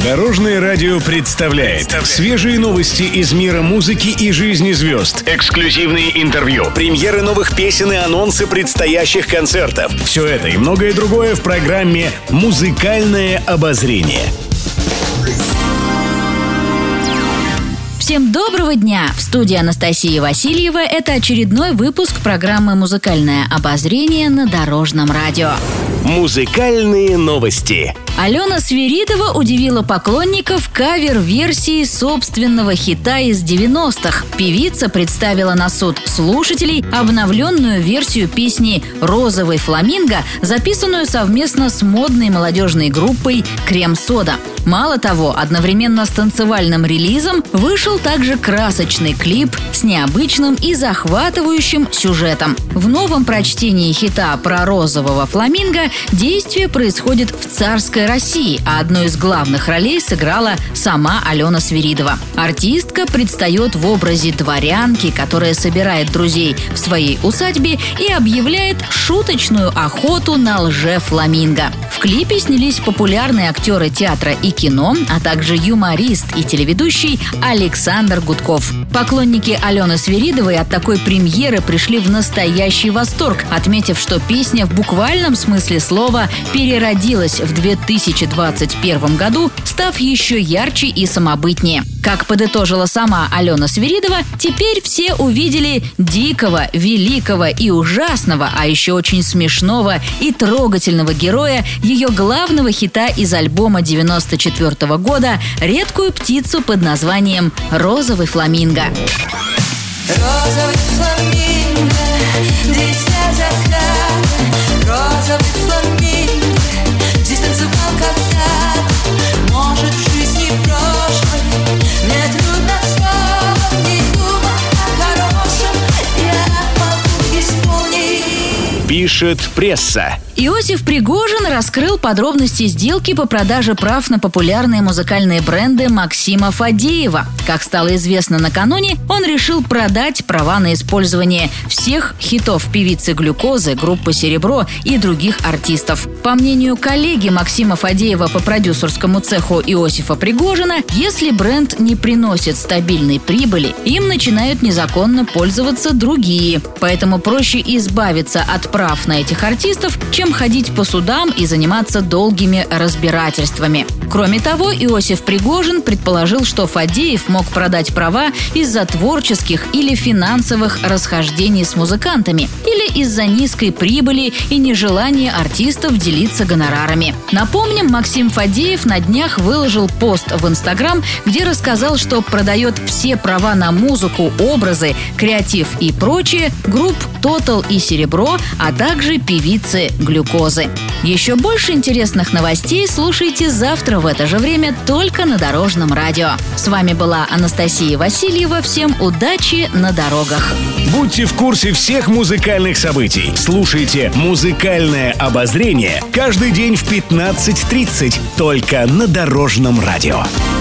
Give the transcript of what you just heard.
Дорожное радио представляет свежие новости из мира музыки и жизни звезд. Эксклюзивные интервью, премьеры новых песен и анонсы предстоящих концертов. Все это и многое другое в программе «Музыкальное обозрение». Всем доброго дня! В студии Анастасия Васильева. Это очередной выпуск программы «Музыкальное обозрение» на Дорожном радио. Музыкальные новости. Алена Свиридова удивила поклонников кавер-версией собственного хита из 90-х. Певица представила на суд слушателей обновленную версию песни «Розовый фламинго», записанную совместно с модной молодежной группой «Крем-сода». Мало того, одновременно с танцевальным релизом вышел также красочный клип с необычным и захватывающим сюжетом. В новом прочтении хита про розового фламинго действие происходит в царской России, а одну из главных ролей сыграла сама Алена Свиридова. Артистка предстает в образе дворянки, которая собирает друзей в своей усадьбе и объявляет шуточную охоту на лже-фламинго. В клипе снялись популярные актеры театра и кино, а также юморист и телеведущий Александр Гудков. Поклонники Алены Свиридовой от такой премьеры пришли в настоящий восторг, отметив, что песня в буквальном смысле слова переродилась в 2021 году, став еще ярче и самобытнее. Как подытожила сама Алена Свиридова, теперь все увидели дикого, великого и ужасного, а еще очень смешного и трогательного героя ее главного хита из альбома 1994 года «Редкую птицу» под названием «Розовый фламинго». Розовый фламинго, дитя заката, розовый фламинго, здесь танцевал когда-то, может в жизни прошлой, мне трудно вспомнить, думать о хорошем, я могу исполнить. Пишет пресса. Иосиф Пригожин раскрыл подробности сделки по продаже прав на популярные музыкальные бренды Максима Фадеева. Как стало известно накануне, он решил продать права на использование всех хитов певицы Глюкозы, группы «Серебро» и других артистов. По мнению коллеги Максима Фадеева по продюсерскому цеху Иосифа Пригожина, если бренд не приносит стабильной прибыли, им начинают незаконно пользоваться другие. Поэтому проще избавиться от прав на этих артистов, чем ходить по судам и заниматься долгими разбирательствами. Кроме того, Иосиф Пригожин предположил, что Фадеев мог продать права из-за творческих или финансовых расхождений с музыкантами или из-за низкой прибыли и нежелания артистов делиться гонорарами. Напомним, Максим Фадеев на днях выложил пост в Инстаграм, где рассказал, что продает все права на музыку, образы, креатив и прочее групп «Тотал» и «Серебро», а также певицы Глюкозы. Еще больше интересных новостей слушайте завтра в это же время только на Дорожном радио. С вами была Анастасия Васильева. Всем удачи на дорогах. Будьте в курсе всех музыкальных событий. Слушайте «Музыкальное обозрение» каждый день в 15:30 только на Дорожном радио.